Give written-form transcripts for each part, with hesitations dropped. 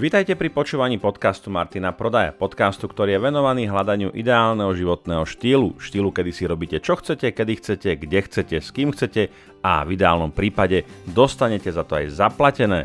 Vítajte pri počúvaní podcastu Martina Prodaja, podcastu, ktorý je venovaný hľadaniu ideálneho životného štýlu, kedy si robíte čo chcete, kedy chcete, kde chcete, s kým chcete a v ideálnom prípade dostanete za to aj zaplatené.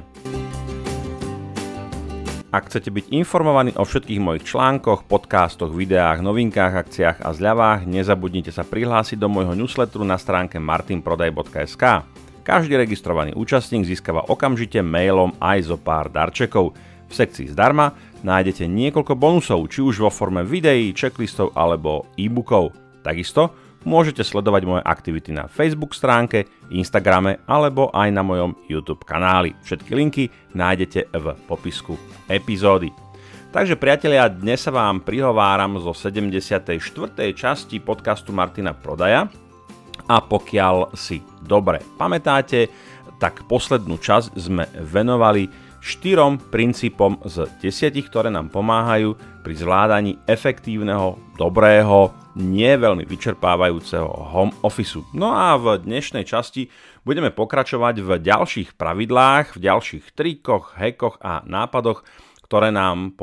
Ak chcete byť informovaní o všetkých mojich článkoch, podcastoch, videách, novinkách, akciách a zľavách, nezabudnite sa prihlásiť do môjho newsletteru na stránke martinprodaj.sk. Každý registrovaný účastník získava okamžite mailom aj zo pár darčekov. V sekcii zdarma nájdete niekoľko bonusov, či už vo forme videí, checklistov alebo e-bookov. Takisto môžete sledovať moje aktivity na Facebook stránke, Instagrame alebo aj na mojom YouTube kanáli. Všetky linky nájdete v popisku epizódy. Takže priatelia, dnes sa vám prihováram zo 74. časti podcastu Martina Prodaja a pokiaľ si dobre pamätáte, tak poslednú časť sme venovali 4 princípom z 10, ktoré nám pomáhajú pri zvládaní efektívneho, dobrého, nie veľmi vyčerpávajúceho home officeu. No a v dnešnej časti budeme pokračovať v ďalších pravidlách, v ďalších trikoch, hackoch a nápadoch, ktoré vám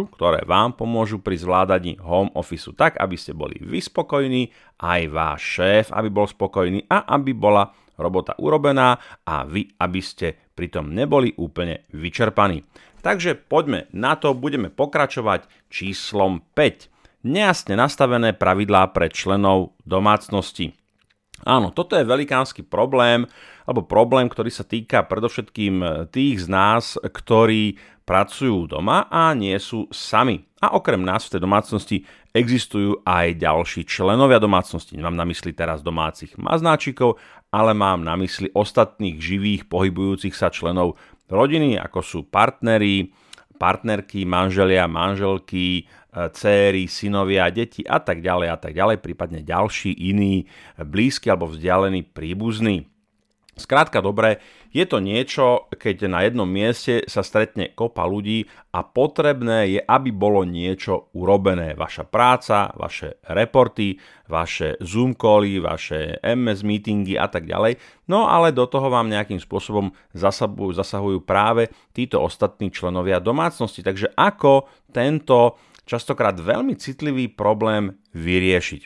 pomôžu pri zvládaní home officeu tak, aby ste boli vy spokojní, aj váš šéf, aby bol spokojný a aby bola robota urobená a vy, aby ste pritom neboli úplne vyčerpaní. Takže poďme na to, budeme pokračovať číslom 5. Nejasne nastavené pravidlá pre členov domácnosti. Áno, toto je velikánsky problém, alebo problém, ktorý sa týka predovšetkým tých z nás, ktorí pracujú doma a nie sú sami. A okrem nás v tej domácnosti existujú aj ďalší členovia domácnosti. Nemám na mysli teraz domácich maznáčikov, ale mám na mysli ostatných živých, pohybujúcich sa členov rodiny, ako sú partneri, partnerky, manželia, manželky, dcéry, synovia, deti a tak ďalej, prípadne ďalší iní blízky alebo vzdialení príbuzní. Skrátka dobre, je to niečo, keď na jednom mieste sa stretne kopa ľudí a potrebné je, aby bolo niečo urobené. Vaša práca, vaše reporty, vaše Zoom cally, vaše MS meetingy a tak ďalej. No ale do toho vám nejakým spôsobom zasahujú práve títo ostatní členovia domácnosti. Takže ako tento častokrát veľmi citlivý problém vyriešiť?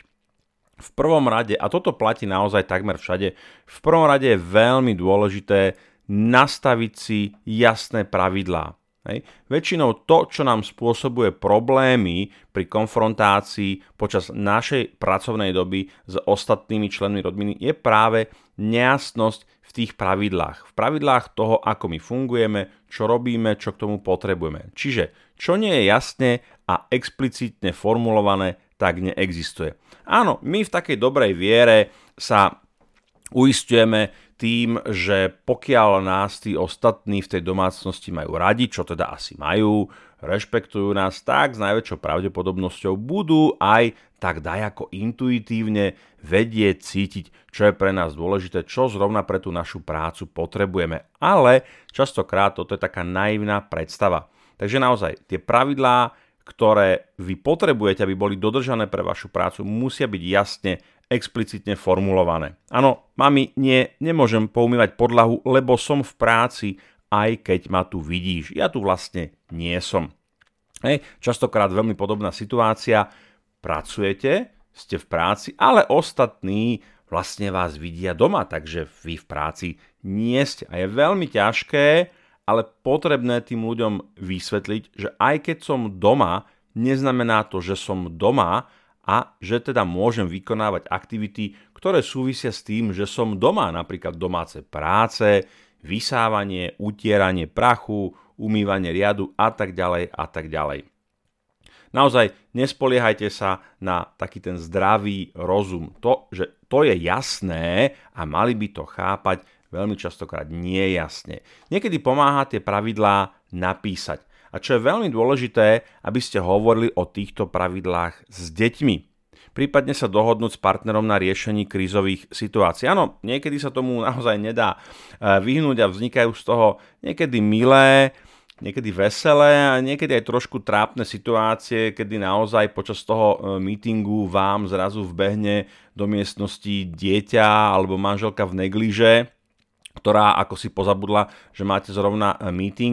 V prvom rade, a toto platí naozaj takmer všade, v prvom rade je veľmi dôležité nastaviť si jasné pravidlá. Väčšinou to, čo nám spôsobuje problémy pri konfrontácii počas našej pracovnej doby s ostatnými členmi rodiny, je práve nejasnosť v tých pravidlách. V pravidlách toho, ako my fungujeme, čo robíme, čo k tomu potrebujeme. Čiže, čo nie je jasne a explicitne formulované, tak neexistuje. Áno, my v takej dobrej viere sa uisťujeme tým, že pokiaľ nás tí ostatní v tej domácnosti majú radi, čo teda asi majú, rešpektujú nás, tak s najväčšou pravdepodobnosťou budú aj tak dajako intuitívne vedieť, cítiť, čo je pre nás dôležité, čo zrovna pre tú našu prácu potrebujeme. Ale častokrát toto je taká naivná predstava. Takže naozaj tie pravidlá, ktoré vy potrebujete, aby boli dodržané pre vašu prácu, musia byť jasne, explicitne formulované. Áno, mami, nemôžem poumývať podlahu, lebo som v práci, aj keď ma tu vidíš. Ja tu vlastne nie som. Častokrát veľmi podobná situácia. Pracujete, ste v práci, ale ostatní vlastne vás vidia doma, takže vy v práci nie ste. A je veľmi ťažké, ale potrebné tým ľuďom vysvetliť, že aj keď som doma, neznamená to, že som doma a že teda môžem vykonávať aktivity, ktoré súvisia s tým, že som doma, napríklad domáce práce, vysávanie, utieranie prachu, umývanie riadu a tak ďalej a tak ďalej. Naozaj nespoliehajte sa na taký ten zdravý rozum. To, že to je jasné a mali by to chápať, veľmi častokrát nie jasne. Niekedy pomáha tie pravidlá napísať. A čo je veľmi dôležité, aby ste hovorili o týchto pravidlách s deťmi. Prípadne sa dohodnúť s partnerom na riešení krízových situácií. Áno, niekedy sa tomu naozaj nedá vyhnúť a vznikajú z toho niekedy milé, niekedy veselé a niekedy aj trošku trápne situácie, kedy naozaj počas toho meetingu vám zrazu vbehne do miestnosti dieťa alebo manželka v negliže, ktorá ako si pozabudla, že máte zrovna meeting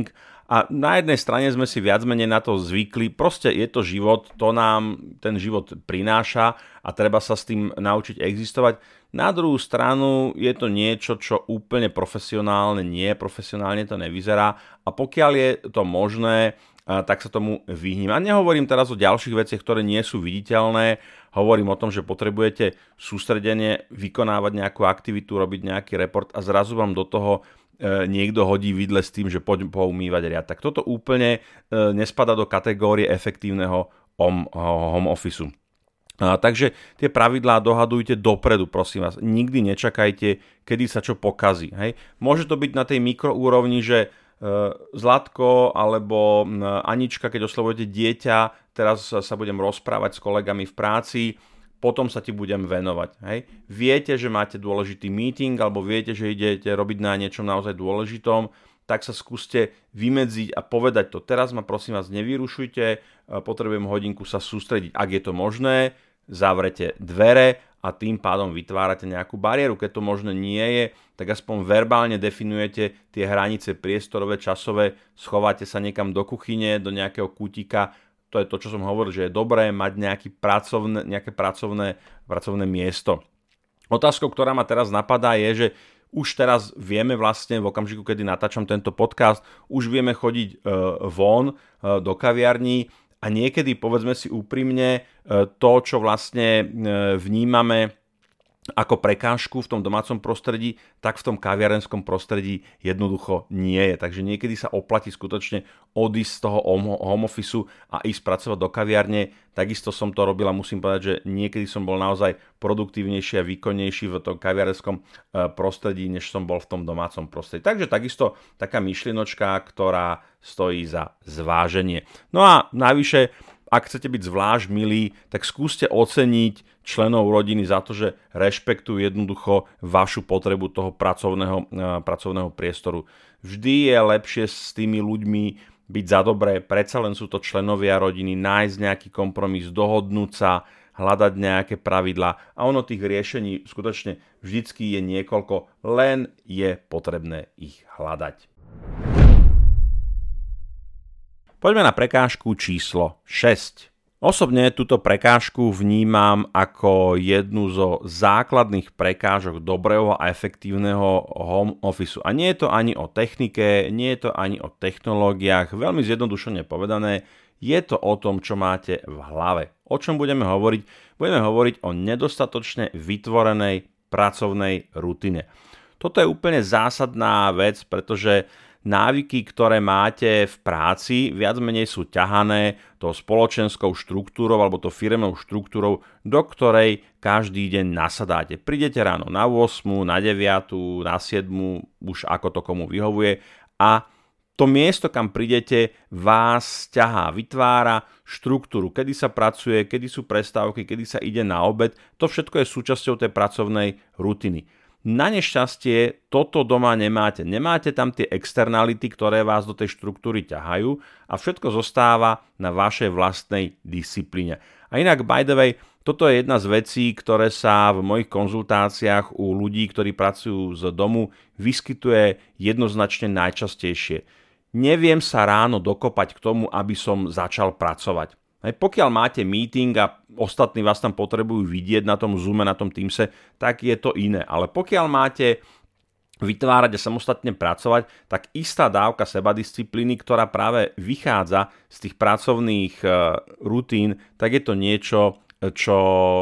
A na jednej strane sme si viac menej na to zvykli, proste je to život, to nám ten život prináša a treba sa s tým naučiť existovať. Na druhú stranu je to niečo, čo úplne profesionálne nie, profesionálne to nevyzerá a pokiaľ je to možné, tak sa tomu vyhním. A nehovorím teraz o ďalších veciach, ktoré nie sú viditeľné, hovorím o tom, že potrebujete sústredene vykonávať nejakú aktivitu, robiť nejaký report a zrazu vám do toho niekto hodí vidle s tým, že poď poumývať riad. Tak toto úplne nespada do kategórie efektívneho home officeu. Takže tie pravidlá dohadujte dopredu, prosím vás. Nikdy nečakajte, kedy sa čo pokazí. Hej? Môže to byť na tej mikroúrovni, že Zlatko alebo Anička, keď oslovujete dieťa, teraz sa budem rozprávať s kolegami v práci, potom sa ti budem venovať. Hej. Viete, že máte dôležitý meeting alebo viete, že idete robiť na niečom naozaj dôležitom, tak sa skúste vymedziť a povedať to. Teraz ma prosím vás nevyrušujte, potrebujem hodinku sa sústrediť. Ak je to možné, zavrete dvere a tým pádom vytvárate nejakú bariéru. Keď to možné nie je, tak aspoň verbálne definujete tie hranice priestorové, časové, schováte sa niekam do kuchyne, do nejakého kútika. To je to, čo som hovoril, že je dobré mať nejaké pracovné miesto. Otázkou, ktorá ma teraz napadá, je, že už teraz vieme vlastne v okamžiku, kedy natáčam tento podcast, už vieme chodiť von do kaviarní a niekedy, povedzme si úprimne, to, čo vlastne vnímame ako prekážku v tom domácom prostredí, tak v tom kaviarenskom prostredí jednoducho nie je. Takže niekedy sa oplatí skutočne odísť z toho home officeu a ísť pracovať do kaviarne. Takisto som to robil a musím povedať, že niekedy som bol naozaj produktívnejší a výkonnejší v tom kaviarenskom prostredí, než som bol v tom domácom prostredí. Takže takisto taká myšlienočka, ktorá stojí za zváženie. No a navyše, ak chcete byť zvlášť milí, tak skúste oceniť členov rodiny za to, že rešpektujú jednoducho vašu potrebu toho pracovného priestoru. Vždy je lepšie s tými ľuďmi byť za dobré, predsa len sú to členovia rodiny, nájsť nejaký kompromis, dohodnúť sa, hľadať nejaké pravidlá a ono tých riešení skutočne vždycky je niekoľko, len je potrebné ich hľadať. Poďme na prekážku číslo 6. Osobne túto prekážku vnímam ako jednu zo základných prekážok dobrého a efektívneho home officeu. A nie je to ani o technike, nie je to ani o technológiách, veľmi zjednodušene povedané, je to o tom, čo máte v hlave. O čom budeme hovoriť? Budeme hovoriť o nedostatočne vytvorenej pracovnej rutine. Toto je úplne zásadná vec, pretože návyky, ktoré máte v práci, viac menej sú ťahané tou spoločenskou štruktúrou alebo tou firemnou štruktúrou, do ktorej každý deň nasadáte. Prídete ráno na 8, na 9, na 7, už ako to komu vyhovuje a to miesto, kam prídete, vás ťahá, vytvára štruktúru, kedy sa pracuje, kedy sú prestávky, kedy sa ide na obed. To všetko je súčasťou tej pracovnej rutiny. Na nešťastie toto doma nemáte. Nemáte tam tie externality, ktoré vás do tej štruktúry ťahajú a všetko zostáva na vašej vlastnej disciplíne. A inak, by the way, toto je jedna z vecí, ktoré sa v mojich konzultáciách u ľudí, ktorí pracujú z domu, vyskytuje jednoznačne najčastejšie. Neviem sa ráno dokopať k tomu, aby som začal pracovať. Pokiaľ máte meeting a ostatní vás tam potrebujú vidieť na tom Zoome, na tom Teamse, tak je to iné. Ale pokiaľ máte vytvárať a samostatne pracovať, tak istá dávka sebadisciplíny, ktorá práve vychádza z tých pracovných rutín, tak je to niečo, čo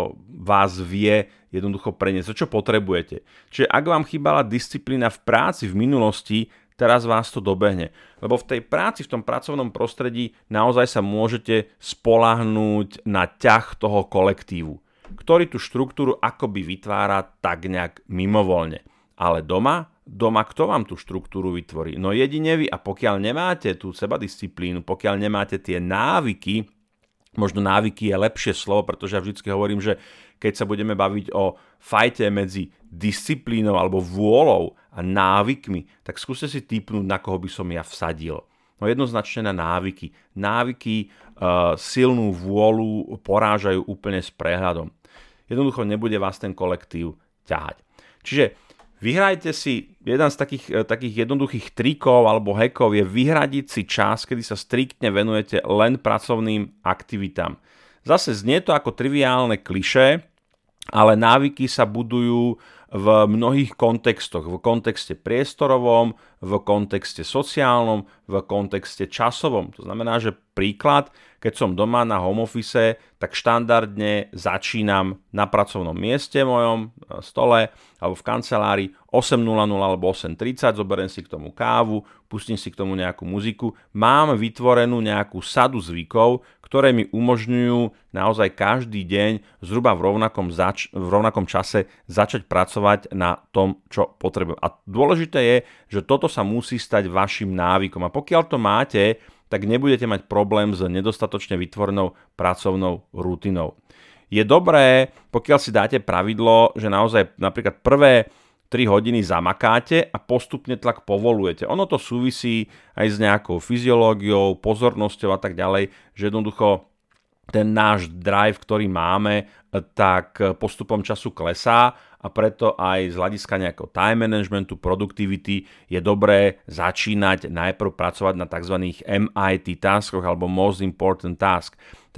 vás vie jednoducho preniesť, čo potrebujete. Čiže ak vám chýbala disciplína v práci v minulosti, teraz vás to dobehne. Lebo v tej práci, v tom pracovnom prostredí naozaj sa môžete spoľahnúť na ťah toho kolektívu, ktorý tú štruktúru akoby vytvára tak nejak mimovoľne. Ale doma kto vám tú štruktúru vytvorí? No jedine vy. A pokiaľ nemáte tú sebadisciplínu, pokiaľ nemáte tie návyky, možno návyky je lepšie slovo, pretože ja vždycky hovorím, že keď sa budeme baviť o fajte medzi disciplínou alebo vôľou a návykmi, tak skúste si tipnúť, na koho by som ja vsadil. No jednoznačne na návyky. Návyky silnú vôľu porážajú úplne s prehľadom. Jednoducho nebude vás ten kolektív ťahať. Čiže Vyhrajte si, jeden z takých jednoduchých trikov alebo hackov je vyhradiť si čas, kedy sa striktne venujete len pracovným aktivitám. Zase znie to ako triviálne klišé, ale návyky sa budujú v mnohých kontextoch. V kontexte priestorovom, v kontexte sociálnom, v kontexte časovom. To znamená, že príklad, keď som doma na home office, tak štandardne začínam na pracovnom mieste mojom stole alebo v kancelárii 8.00 alebo 8.30, zoberiem si k tomu kávu, pustím si k tomu nejakú muziku. Mám vytvorenú nejakú sadu zvykov, ktoré mi umožňujú naozaj každý deň zhruba v rovnakom čase začať pracovať na tom, čo potrebujem. A dôležité je, že toto sa musí stať vašim návykom. A pokiaľ to máte, tak nebudete mať problém s nedostatočne vytvorenou pracovnou rutinou. Je dobré, pokiaľ si dáte pravidlo, že naozaj napríklad prvé 3 hodiny zamakáte a postupne tlak povolujete. Ono to súvisí aj s nejakou fyziológiou, pozornosťou a tak ďalej, že jednoducho ten náš drive, ktorý máme, tak postupom času klesá a preto aj z hľadiska nejakého time managementu, produktivity je dobré začínať najprv pracovať na tzv. MIT taskoch alebo Most Important Task.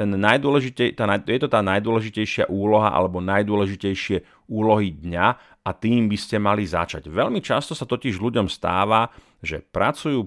Je to tá najdôležitejšia úloha alebo najdôležitejšie úlohy dňa a tým by ste mali začať. Veľmi často sa totiž ľuďom stáva, že pracujú,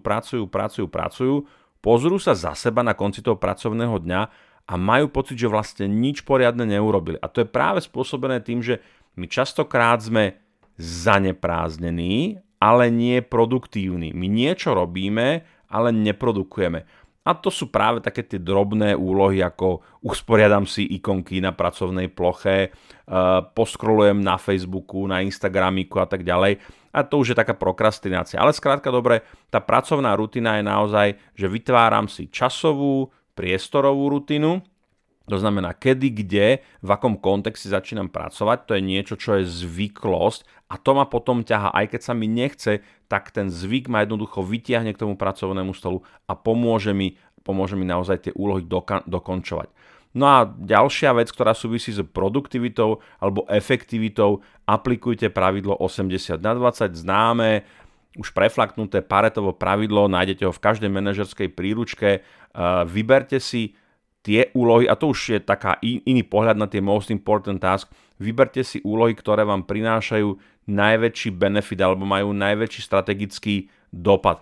pozrú sa za seba na konci toho pracovného dňa a majú pocit, že vlastne nič poriadne neurobili. A to je práve spôsobené tým, že my častokrát sme zaneprázdnení, ale nie produktívni. My niečo robíme, ale neprodukujeme. A to sú práve také tie drobné úlohy, ako usporiadam si ikonky na pracovnej ploche, poskrolujem na Facebooku, na Instagramiku a tak ďalej. A to už je taká prokrastinácia. Ale skrátka dobre, tá pracovná rutina je naozaj, že vytváram si časovú, priestorovú rutinu. To znamená, kedy, kde, v akom kontexte začínam pracovať. To je niečo, čo je zvyklosť a to ma potom ťaha. Aj keď sa mi nechce, tak ten zvyk ma jednoducho vytiahne k tomu pracovnému stolu a pomôže mi naozaj tie úlohy dokončovať. No a ďalšia vec, ktorá súvisí s produktivitou alebo efektivitou, aplikujte pravidlo 80/20, známe, už preflaknuté Paretovo pravidlo, nájdete ho v každej manažerskej príručke. Vyberte si tie úlohy, a to už je taká iný pohľad na tie most important task, vyberte si úlohy, ktoré vám prinášajú najväčší benefit alebo majú najväčší strategický dopad.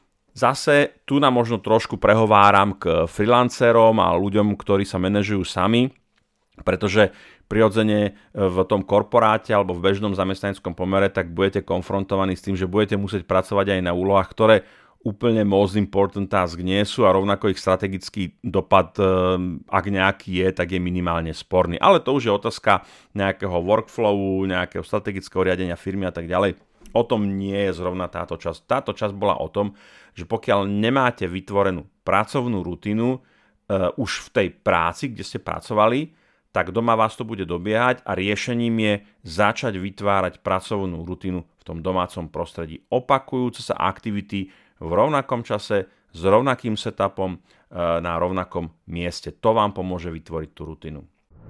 Zase tu nám možno trošku prehováram k freelancerom a ľuďom, ktorí sa manažujú sami, pretože prirodzene v tom korporáte alebo v bežnom zamestnaneckom pomere tak budete konfrontovaní s tým, že budete musieť pracovať aj na úlohách, ktoré úplne most important task nie sú a rovnako ich strategický dopad, ak nejaký je, tak je minimálne sporný. Ale to už je otázka nejakého workflowu, nejakého strategického riadenia firmy a tak ďalej. O tom nie je zrovna táto časť. Táto časť bola o tom, že pokiaľ nemáte vytvorenú pracovnú rutinu už v tej práci, kde ste pracovali, tak doma vás to bude dobiehať a riešením je začať vytvárať pracovnú rutinu v tom domácom prostredí. Opakujúce sa aktivity v rovnakom čase, s rovnakým setupom, na rovnakom mieste. To vám pomôže vytvoriť tú rutinu.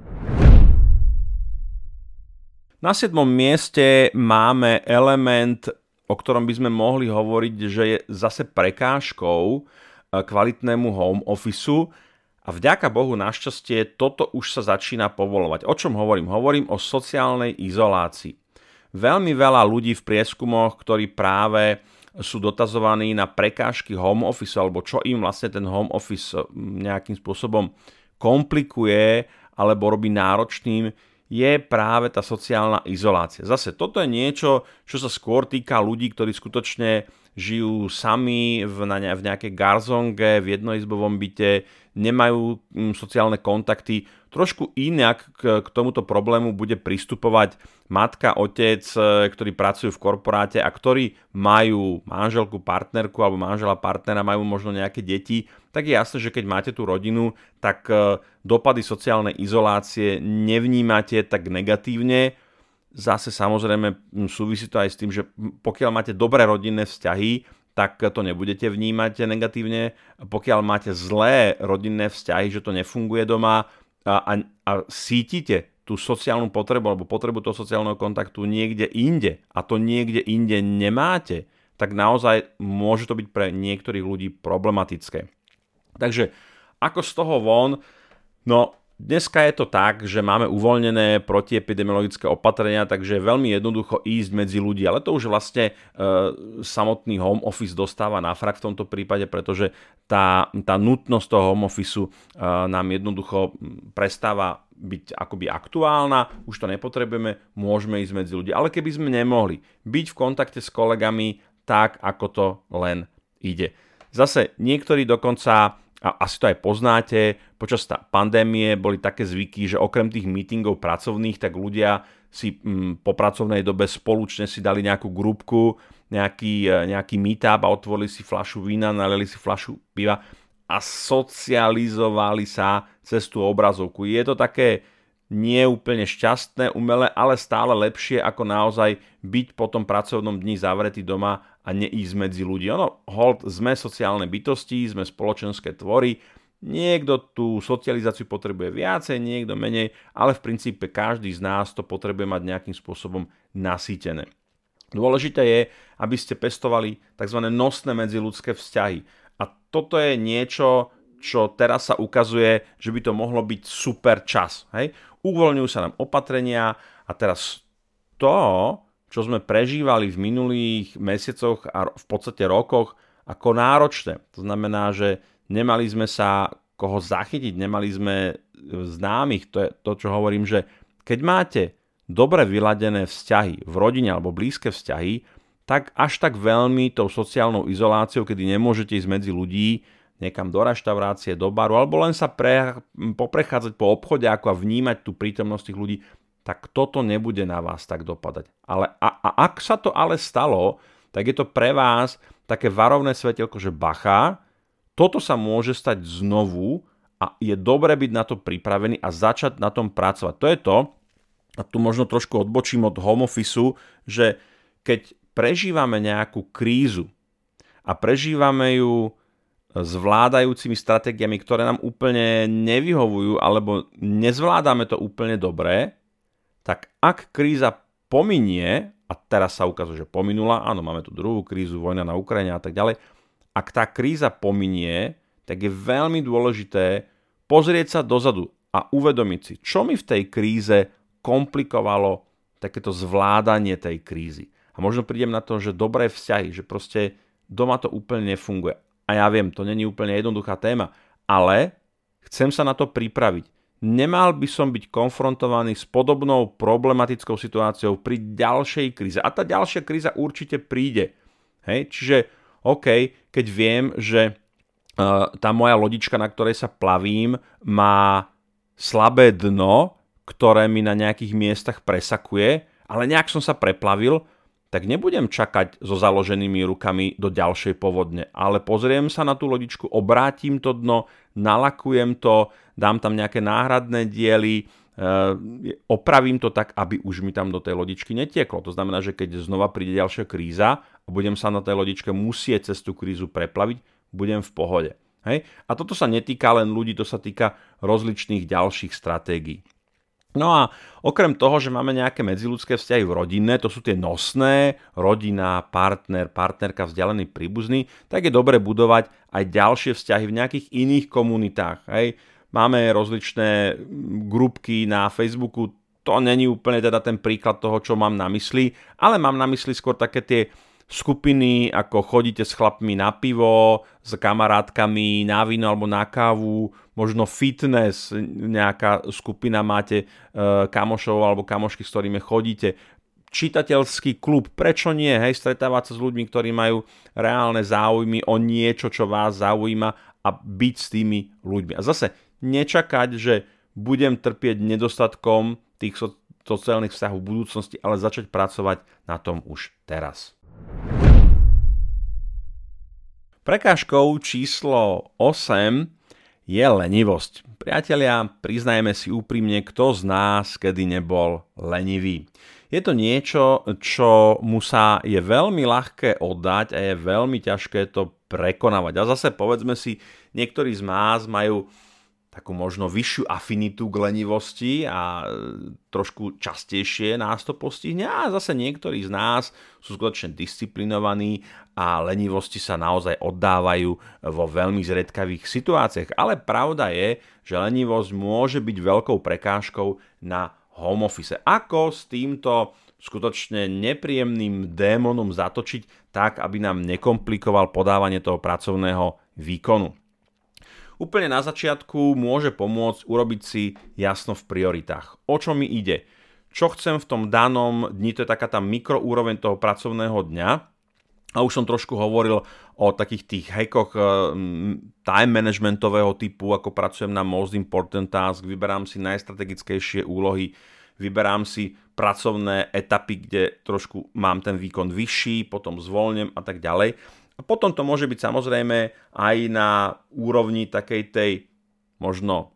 Na 7. mieste máme element, o ktorom by sme mohli hovoriť, že je zase prekážkou kvalitnému home officeu. A vďaka Bohu našťastie toto už sa začína povolovať. O čom hovorím? Hovorím o sociálnej izolácii. Veľmi veľa ľudí v prieskumoch, ktorí práve sú dotazovaní na prekážky home office alebo čo im vlastne ten home office nejakým spôsobom komplikuje alebo robí náročným, je práve tá sociálna izolácia. Zase toto je niečo, čo sa skôr týka ľudí, ktorí skutočne žijú sami v nejakej garzonge, v jednoizbovom byte, nemajú sociálne kontakty. Trošku inak k tomuto problému bude pristupovať matka, otec, ktorí pracujú v korporáte a ktorí majú manželku, partnerku alebo manžela, partnera, majú možno nejaké deti, tak je jasné, že keď máte tú rodinu, tak dopady sociálnej izolácie nevnímate tak negatívne. Zase samozrejme súvisí to aj s tým, že pokiaľ máte dobré rodinné vzťahy, tak to nebudete vnímať negatívne. Pokiaľ máte zlé rodinné vzťahy, že to nefunguje doma a cítite tú sociálnu potrebu alebo potrebu toho sociálneho kontaktu niekde inde a to niekde inde nemáte, tak naozaj môže to byť pre niektorých ľudí problematické. Takže ako z toho von? No dneska je to tak, že máme uvoľnené protiepidemiologické opatrenia, takže je veľmi jednoducho ísť medzi ľudí, ale to už vlastne samotný home office dostáva na frak v tomto prípade, pretože tá nutnosť toho home officeu nám jednoducho prestáva byť akoby aktuálna, už to nepotrebujeme, môžeme ísť medzi ľudí. Ale keby sme nemohli byť v kontakte s kolegami tak, ako to len ide. Zase niektorí dokonca, a asi to aj poznáte, počas pandémie boli také zvyky, že okrem tých meetingov pracovných, tak ľudia si po pracovnej dobe spoločne si dali nejakú grupku, nejaký meetup a otvorili si fľašu vína, nalili si fľašu piva a socializovali sa cez tú obrazovku. Je to také nie úplne šťastné, umelé, ale stále lepšie, ako naozaj byť po tom pracovnom dni zavretý doma a neísť medzi ľudí. Hold, sme sociálne bytosti, sme spoločenské tvory, niekto tú socializáciu potrebuje viacej, niekto menej, ale v princípe každý z nás to potrebuje mať nejakým spôsobom nasýtené. Dôležité je, aby ste pestovali tzv. Nosné medziľudské vzťahy. A toto je niečo, čo teraz sa ukazuje, že by to mohlo byť super čas. Hej? Uvoľňujú sa nám opatrenia a teraz to, čo sme prežívali v minulých mesiacoch a v podstate rokoch ako náročné. To znamená, že nemali sme sa koho zachytiť, nemali sme známych. To je to, čo hovorím, že keď máte dobre vyladené vzťahy v rodine alebo blízke vzťahy, tak až tak veľmi tou sociálnou izoláciou, kedy nemôžete ísť medzi ľudí, niekam do reštaurácie, do baru, alebo len sa poprechádzať po obchode ako a vnímať tú prítomnosť tých ľudí, tak toto nebude na vás tak dopadať. Ale ak sa to ale stalo, tak je to pre vás také varovné svetielko, že bacha, toto sa môže stať znovu a je dobre byť na to pripravený a začať na tom pracovať. To je to, a tu možno trošku odbočím od home officeu, že keď prežívame nejakú krízu a prežívame ju zvládajúcimi stratégiami, ktoré nám úplne nevyhovujú alebo nezvládame to úplne dobre, tak ak kríza pominie, a teraz sa ukazuje, že pominula, áno, máme tu druhú krízu, vojna na Ukrajine a tak ďalej, ak tá kríza pominie, tak je veľmi dôležité pozrieť sa dozadu a uvedomiť si, čo mi v tej kríze komplikovalo takéto zvládanie tej krízy. A možno prídem na to, že dobré vzťahy, že proste doma to úplne nefunguje. A ja viem, to není úplne jednoduchá téma, ale chcem sa na to pripraviť. Nemal by som byť konfrontovaný s podobnou problematickou situáciou pri ďalšej kríze. A tá ďalšia kríza určite príde. Hej? Čiže OK, keď viem, že tá moja lodička, na ktorej sa plavím, má slabé dno, ktoré mi na nejakých miestach presakuje, ale nejak som sa preplavil, tak nebudem čakať so založenými rukami do ďalšej povodne, ale pozriem sa na tú lodičku, obrátim to dno, nalakujem to, dám tam nejaké náhradné diely, opravím to tak, aby už mi tam do tej lodičky netieklo. To znamená, že keď znova príde ďalšia kríza a budem sa na tej lodičke musieť cez tú krízu preplaviť, budem v pohode. Hej? A toto sa netýka len ľudí, to sa týka rozličných ďalších stratégií. No a okrem toho, že máme nejaké medziľudské vzťahy v rodine, to sú tie nosné, rodina, partner, partnerka, vzdialený príbuzný, tak je dobre budovať aj ďalšie vzťahy v nejakých iných komunitách. Hej. Máme rozličné grupky na Facebooku, to není úplne teda ten príklad toho, čo mám na mysli, ale mám na mysli skôr také tie skupiny, ako chodíte s chlapmi na pivo, s kamarátkami na víno alebo na kávu, možno fitness, nejaká skupina máte kamošov alebo kamošky, s ktorými chodíte. Čitateľský klub, prečo nie? Hej, stretávať sa s ľuďmi, ktorí majú reálne záujmy o niečo, čo vás zaujíma a byť s tými ľuďmi. A zase nečakať, že budem trpieť nedostatkom tých sociálnych vzťahov v budúcnosti, ale začať pracovať na tom už teraz. Prekážkou číslo 8 je lenivosť. Priatelia, priznajme si úprimne, kto z nás kedy nebol lenivý. Je to niečo, čo mu sa je veľmi ľahké oddať a je veľmi ťažké to prekonávať. A zase povedzme si, niektorí z nás majú takú možno vyššiu afinitu k lenivosti a trošku častejšie nás to postihne a zase niektorí z nás sú skutočne disciplinovaní a lenivosti sa naozaj oddávajú vo veľmi zriedkavých situáciách. Ale pravda je, že lenivosť môže byť veľkou prekážkou na home office. Ako s týmto skutočne nepríjemným démonom zatočiť tak, aby nám nekomplikoval podávanie toho pracovného výkonu. Úplne na začiatku môže pomôcť urobiť si jasno v prioritách. O čo mi ide? Čo chcem v tom danom dni? To je taká tá mikroúroveň toho pracovného dňa. A už som trošku hovoril o takých tých hackoch time managementového typu, ako pracujem na most important task, vyberám si najstrategickejšie úlohy, vyberám si pracovné etapy, kde trošku mám ten výkon vyšší, potom zvolním a tak ďalej. A potom to môže byť samozrejme aj na úrovni takej tej možno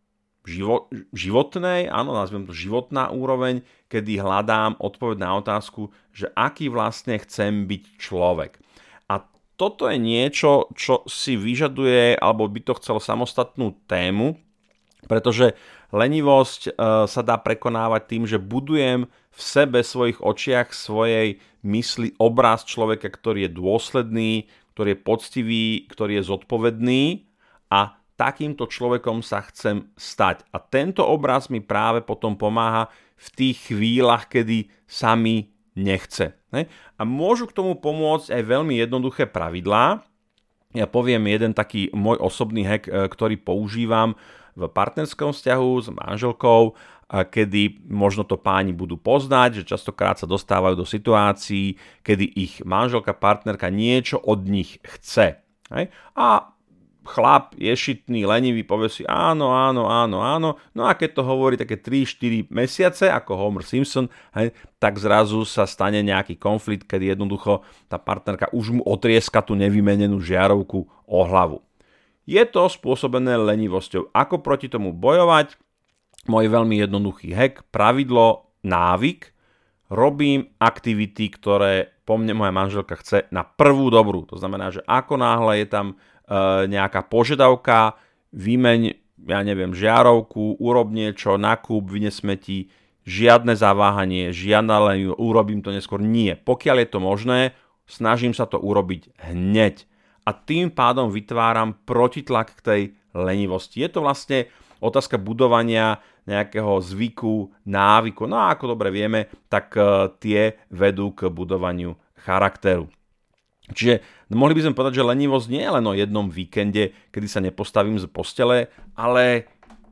životnej, áno, nazviem to životná úroveň, kedy hľadám odpoveď na otázku, že aký vlastne chcem byť človek. A toto je niečo, čo si vyžaduje, alebo by to chcelo samostatnú tému, pretože lenivosť sa dá prekonávať tým, že budujem v sebe, svojich očiach, svojej mysli obraz človeka, ktorý je dôsledný, ktorý je poctivý, ktorý je zodpovedný a takýmto človekom sa chcem stať. A tento obraz mi práve potom pomáha v tých chvíľach, kedy sa mi nechce. A môžu k tomu pomôcť aj veľmi jednoduché pravidlá. Ja poviem jeden taký môj osobný hack, ktorý používam v partnerskom vzťahu s manželkou, kedy možno to páni budú poznať, že častokrát sa dostávajú do situácií, kedy ich manželka, partnerka niečo od nich chce. A chlap je šitný, lenivý, povie si áno, no a keď to hovorí také 3-4 mesiace, ako Homer Simpson, tak zrazu sa stane nejaký konflikt, kedy jednoducho tá partnerka už mu otrieska tú nevymenenú žiarovku o hlavu. Je to spôsobené lenivosťou. Ako proti tomu bojovať? Môj veľmi jednoduchý hack, pravidlo, návyk. Robím aktivity, ktoré po mne moja manželka chce na prvú dobrú. To znamená, že ako náhle je tam nejaká požiadavka, vymeň, ja neviem, žiarovku, urob niečo, nakúp, vynes smeti, žiadne zaváhanie, žiadna len urobím to neskôr. Nie. Pokiaľ je to možné, snažím sa to urobiť hneď. A tým pádom vytváram protitlak k tej lenivosti. Je to vlastne otázka budovania nejakého zvyku, návyku. No a ako dobre vieme, tak tie vedú k budovaniu charakteru. Čiže mohli by sme povedať, že lenivosť nie je len o jednom víkende, kedy sa nepostavím z postele, ale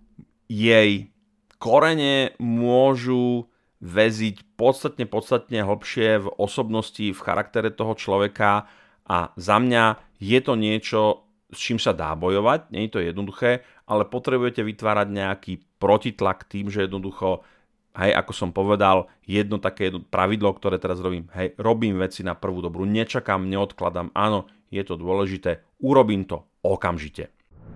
jej korene môžu väziť podstatne hlbšie v osobnosti, v charaktere toho človeka a za mňa je to niečo, s čím sa dá bojovať, nie je to jednoduché, ale potrebujete vytvárať nejaký protitlak tým, že jednoducho, ako som povedal, jedno pravidlo, ktoré teraz robím, robím veci na prvú dobrú, nečakám, neodkladám, áno, je to dôležité, urobím to okamžite.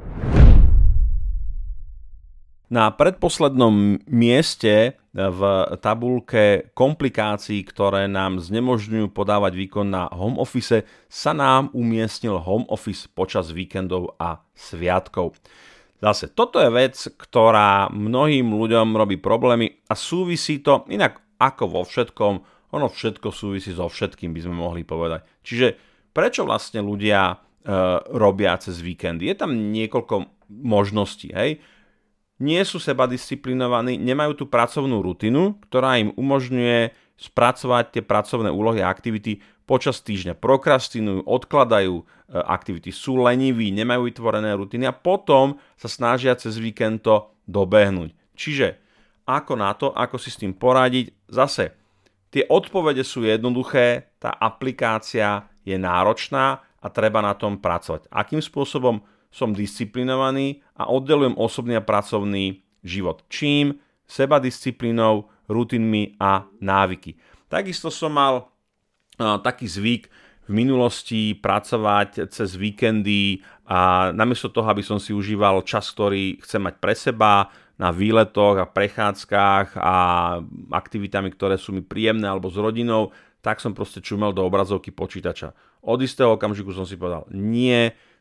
Na predposlednom mieste v tabuľke komplikácií, ktoré nám znemožňujú podávať výkon na home office, sa nám umiestnil home office počas víkendov a sviatkov. Zase, toto je vec, ktorá mnohým ľuďom robí problémy a súvisí to, inak ako vo všetkom, ono všetko súvisí so všetkým, by sme mohli povedať. Čiže prečo vlastne ľudia robia cez víkendy? Je tam niekoľko možností, Nie sú seba disciplinovaní, nemajú tú pracovnú rutinu, ktorá im umožňuje spracovať tie pracovné úlohy a aktivity počas týždňa. Prokrastinujú, odkladajú aktivity, sú leniví, nemajú vytvorené rutiny a potom sa snažia cez víkend to dobehnúť. Čiže ako na to, ako si s tým poradiť? Zase, tie odpovede sú jednoduché, tá aplikácia je náročná a treba na tom pracovať. Akým spôsobom? Som disciplinovaný a oddelujem osobný a pracovný život. Čím? Sebadisciplínou, rutinmi a návyky. Takisto som mal taký zvyk v minulosti pracovať cez víkendy a namiesto toho, aby som si užíval čas, ktorý chcem mať pre seba na výletoch a prechádzkach a aktivitami, ktoré sú mi príjemné alebo s rodinou, tak som proste čumel do obrazovky počítača. Od istého okamžiku som si povedal, nie,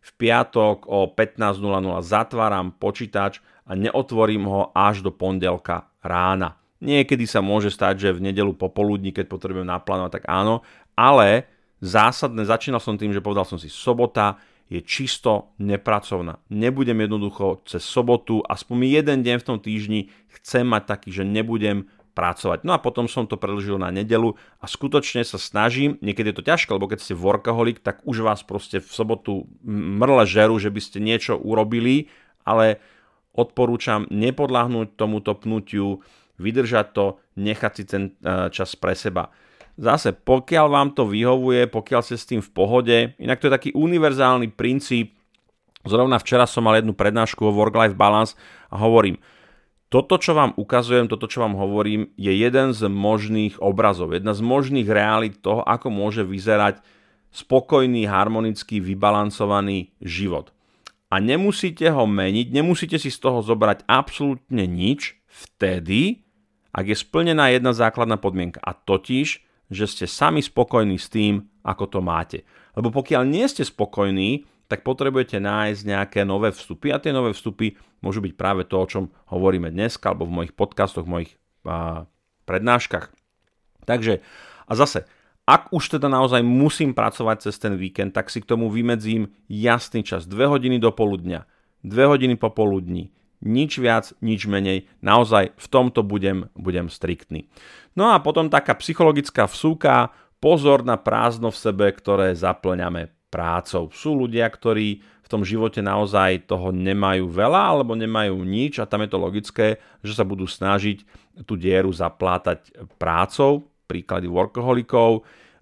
v piatok o 15:00 zatváram počítač a neotvorím ho až do pondelka rána. Niekedy sa môže stať, že v nedeľu popoludní, keď potrebujem naplánovať, tak áno, ale zásadné, začínal som tým, že povedal som si, sobota je čisto nepracovná. Nebudem jednoducho cez sobotu, aspoň jeden deň v tom týždni chcem mať taký, že nebudem pracovať. No a potom som to predĺžil na nedeľu a skutočne sa snažím, niekedy je to ťažké, lebo keď ste workaholic, tak už vás proste v sobotu mrle žeru, že by ste niečo urobili, ale odporúčam nepodľahnúť tomuto pnutiu, vydržať to, nechať si ten čas pre seba. Zase, pokiaľ vám to vyhovuje, pokiaľ ste s tým v pohode, inak to je taký univerzálny princíp. Zrovna včera som mal jednu prednášku o work-life balance a hovorím, toto, čo vám ukazujem, toto, čo vám hovorím, je jeden z možných obrazov, jedna z možných realít toho, ako môže vyzerať spokojný, harmonický, vybalancovaný život. A nemusíte ho meniť, nemusíte si z toho zobrať absolútne nič vtedy, ak je splnená jedna základná podmienka, a totiž, že ste sami spokojní s tým, ako to máte. Lebo pokiaľ nie ste spokojní, tak potrebujete nájsť nejaké nové vstupy a tie nové vstupy môžu byť práve to, o čom hovoríme dneska alebo v mojich podcastoch, v mojich prednáškach. Takže, a zase, ak už teda naozaj musím pracovať cez ten víkend, tak si k tomu vymedzím jasný čas. 2 hodiny do poludnia, 2 hodiny popoludní. Nič viac, nič menej. Naozaj v tomto budem striktný. No a potom taká psychologická vsúka, pozor na prázdno v sebe, ktoré zaplňame prácou. Sú ľudia, ktorí v tom živote naozaj toho nemajú veľa alebo nemajú nič a tam je to logické, že sa budú snažiť tú dieru zaplátať prácou, príklady workoholikov.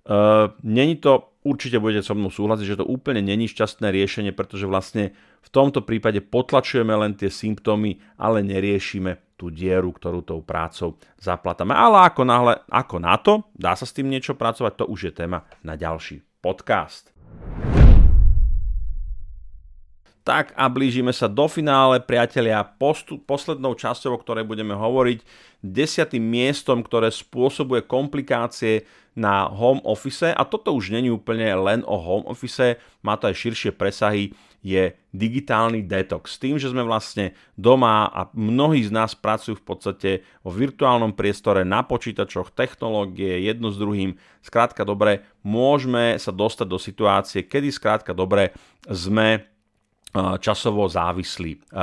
Není to, určite budete so mnou súhlasiť, že to úplne není šťastné riešenie, pretože vlastne v tomto prípade potlačujeme len tie symptómy, ale neriešime tú dieru, ktorú tou prácou zaplatame. Ale ako na to, dá sa s tým niečo pracovať, to už je téma na ďalší podcast. Tak a blížime sa do finále, priatelia, poslednou časťou, o ktorej budeme hovoriť, 10. miestom, ktoré spôsobuje komplikácie na home office, a toto už není úplne len o home office, má to aj širšie presahy, je digitálny detox. S tým, že sme vlastne doma a mnohí z nás pracujú v podstate vo virtuálnom priestore, na počítačoch, technológie, jedno s druhým. Skrátka dobre, môžeme sa dostať do situácie, kedy skrátka dobre sme časovo závislí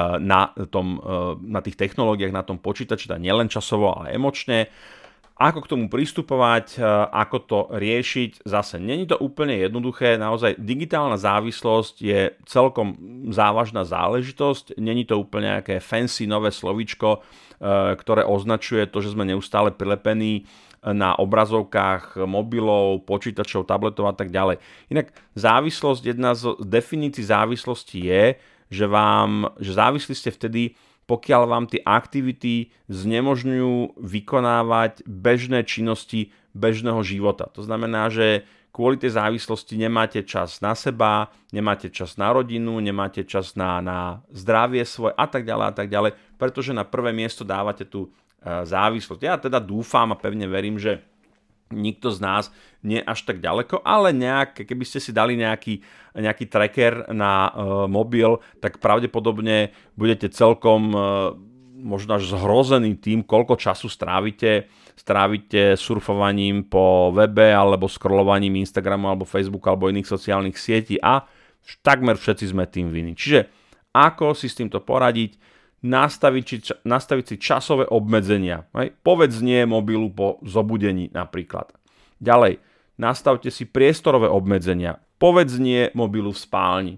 na tých technológiách, na tom počítači, teda nielen časovo, ale emočne. Ako k tomu pristupovať, ako to riešiť, zase není to úplne jednoduché, naozaj digitálna závislosť je celkom závažná záležitosť, není to úplne nejaké fancy nové slovíčko, ktoré označuje to, že sme neustále prilepení na obrazovkách mobilov, počítačov, tabletov a tak ďalej. Inak závislosť, jedna z definícií závislosti je, že závislí ste vtedy, pokiaľ vám tie aktivity znemožňujú vykonávať bežné činnosti bežného života. To znamená, že kvôli tej závislosti nemáte čas na seba, nemáte čas na rodinu, nemáte čas na zdravie svoje a tak ďalej, pretože na prvé miesto dávate tú závislosť. Ja teda dúfam a pevne verím, že nikto z nás nie až tak ďaleko, ale keby ste si dali nejaký tracker na mobil, tak pravdepodobne budete celkom možno až zhrozený tým, koľko času strávite surfovaním po webe alebo scrollovaním Instagramu alebo Facebooku alebo iných sociálnych sietí a takmer všetci sme tým vinní. Čiže ako si s týmto poradiť? Nastaviť si časové obmedzenia. Povedz nie mobilu po zobudení napríklad. Ďalej, nastavte si priestorové obmedzenia. Povedz nie mobilu v spálni.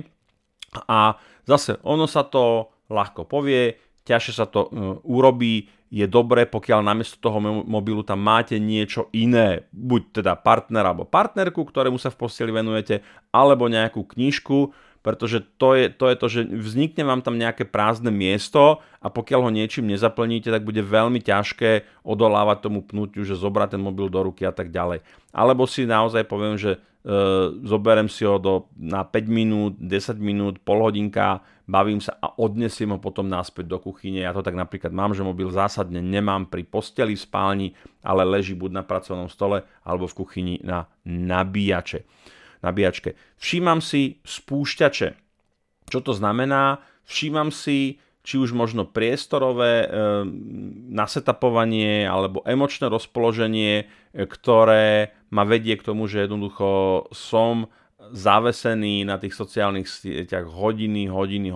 A zase, ono sa to ľahko povie, ťažšie sa to urobí, je dobré, pokiaľ namiesto toho mobilu tam máte niečo iné, buď teda partner alebo partnerku, ktorému sa v posteli venujete, alebo nejakú knižku, pretože to je to, že vznikne vám tam nejaké prázdne miesto a pokiaľ ho niečím nezaplníte, tak bude veľmi ťažké odolávať tomu pnutiu, že zobrať ten mobil do ruky a tak ďalej. Alebo si naozaj poviem, že zoberiem si ho na 5 minút, 10 minút, pol hodinka, bavím sa a odnesiem ho potom naspäť do kuchyne. Ja to tak napríklad mám, že mobil zásadne nemám pri posteli v spálni, ale leží buď na pracovnom stole alebo v kuchyni na nabíjače. nabíjačke. Všímam si spúšťače. Čo to znamená? Všímam si či už možno priestorové nasetapovanie alebo emočné rozpoloženie, ktoré ma vedie k tomu, že jednoducho som zavesený na tých sociálnych sieťach hodiny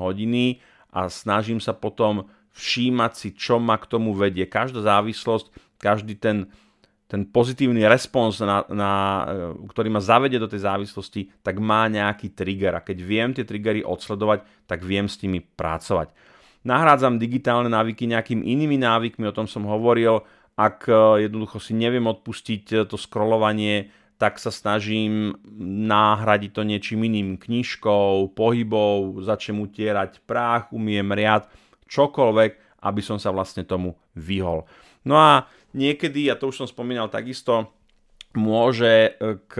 a snažím sa potom všímať si, čo ma k tomu vedie. Každá závislosť, každý ten pozitívny respons, ktorý ma zavedie do tej závislosti, tak má nejaký trigger. A keď viem tie triggery odsledovať, tak viem s nimi pracovať. Nahrádzam digitálne návyky nejakými inými návykmi, o tom som hovoril. Ak jednoducho si neviem odpustiť to scrollovanie, tak sa snažím nahradiť to niečím iným, knižkou, pohybou, začnem utierať prach, umiem riad, čokoľvek, aby som sa vlastne tomu vyhol. No a niekedy, a to už som spomínal takisto, môže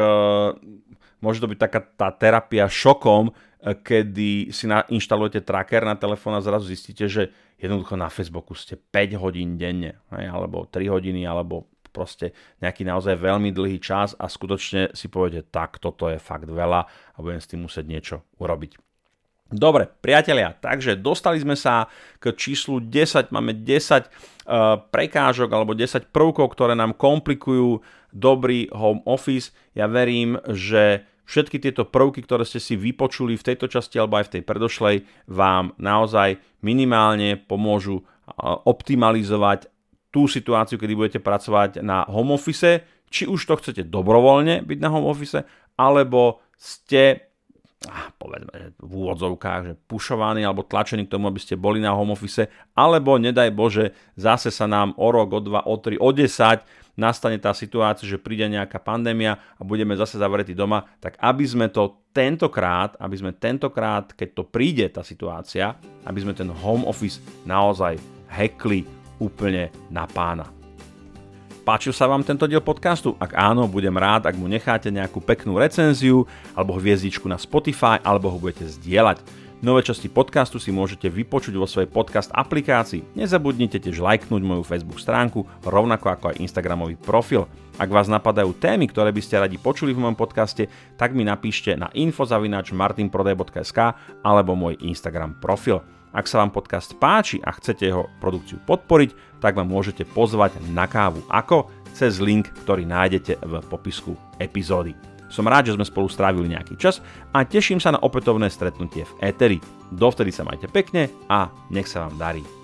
to byť taká tá terapia šokom, kedy si inštalujete tracker na telefón a zrazu zistíte, že jednoducho na Facebooku ste 5 hodín denne, alebo 3 hodiny, alebo proste nejaký naozaj veľmi dlhý čas a skutočne si poviete, tak toto je fakt veľa a budem s tým musieť niečo urobiť. Dobre, priatelia, takže dostali sme sa k číslu 10, máme 10 prekážok alebo 10 prvkov, ktoré nám komplikujú dobrý home office. Ja verím, že všetky tieto prvky, ktoré ste si vypočuli v tejto časti alebo aj v tej predošlej, vám naozaj minimálne pomôžu optimalizovať tú situáciu, kedy budete pracovať na home office, či už to chcete dobrovoľne byť na home office, alebo ste povedzme v úvodzovkách, že pušovaní alebo tlačení k tomu, aby ste boli na home office, alebo nedaj Bože, zase sa nám o rok, o 2, o 3, o 10 nastane tá situácia, že príde nejaká pandémia a budeme zase zavretí doma, tak aby sme tentokrát, keď to príde tá situácia, aby sme ten home office naozaj hackli úplne na pána. Páčil sa vám tento diel podcastu? Ak áno, budem rád, ak mu necháte nejakú peknú recenziu alebo hviezdičku na Spotify, alebo ho budete zdieľať. Nové časti podcastu si môžete vypočuť vo svojej podcast aplikácii. Nezabudnite tiež lajknúť moju Facebook stránku, rovnako ako aj Instagramový profil. Ak vás napadajú témy, ktoré by ste radi počuli v mojom podcaste, tak mi napíšte na info@martinprodaj.sk alebo môj Instagram profil. Ak sa vám podcast páči a chcete jeho produkciu podporiť, tak ma môžete pozvať na kávu. Ako? Cez link, ktorý nájdete v popisku epizódy. Som rád, že sme spolu strávili nejaký čas a teším sa na opätovné stretnutie v éteri. Dovtedy sa majte pekne a nech sa vám darí.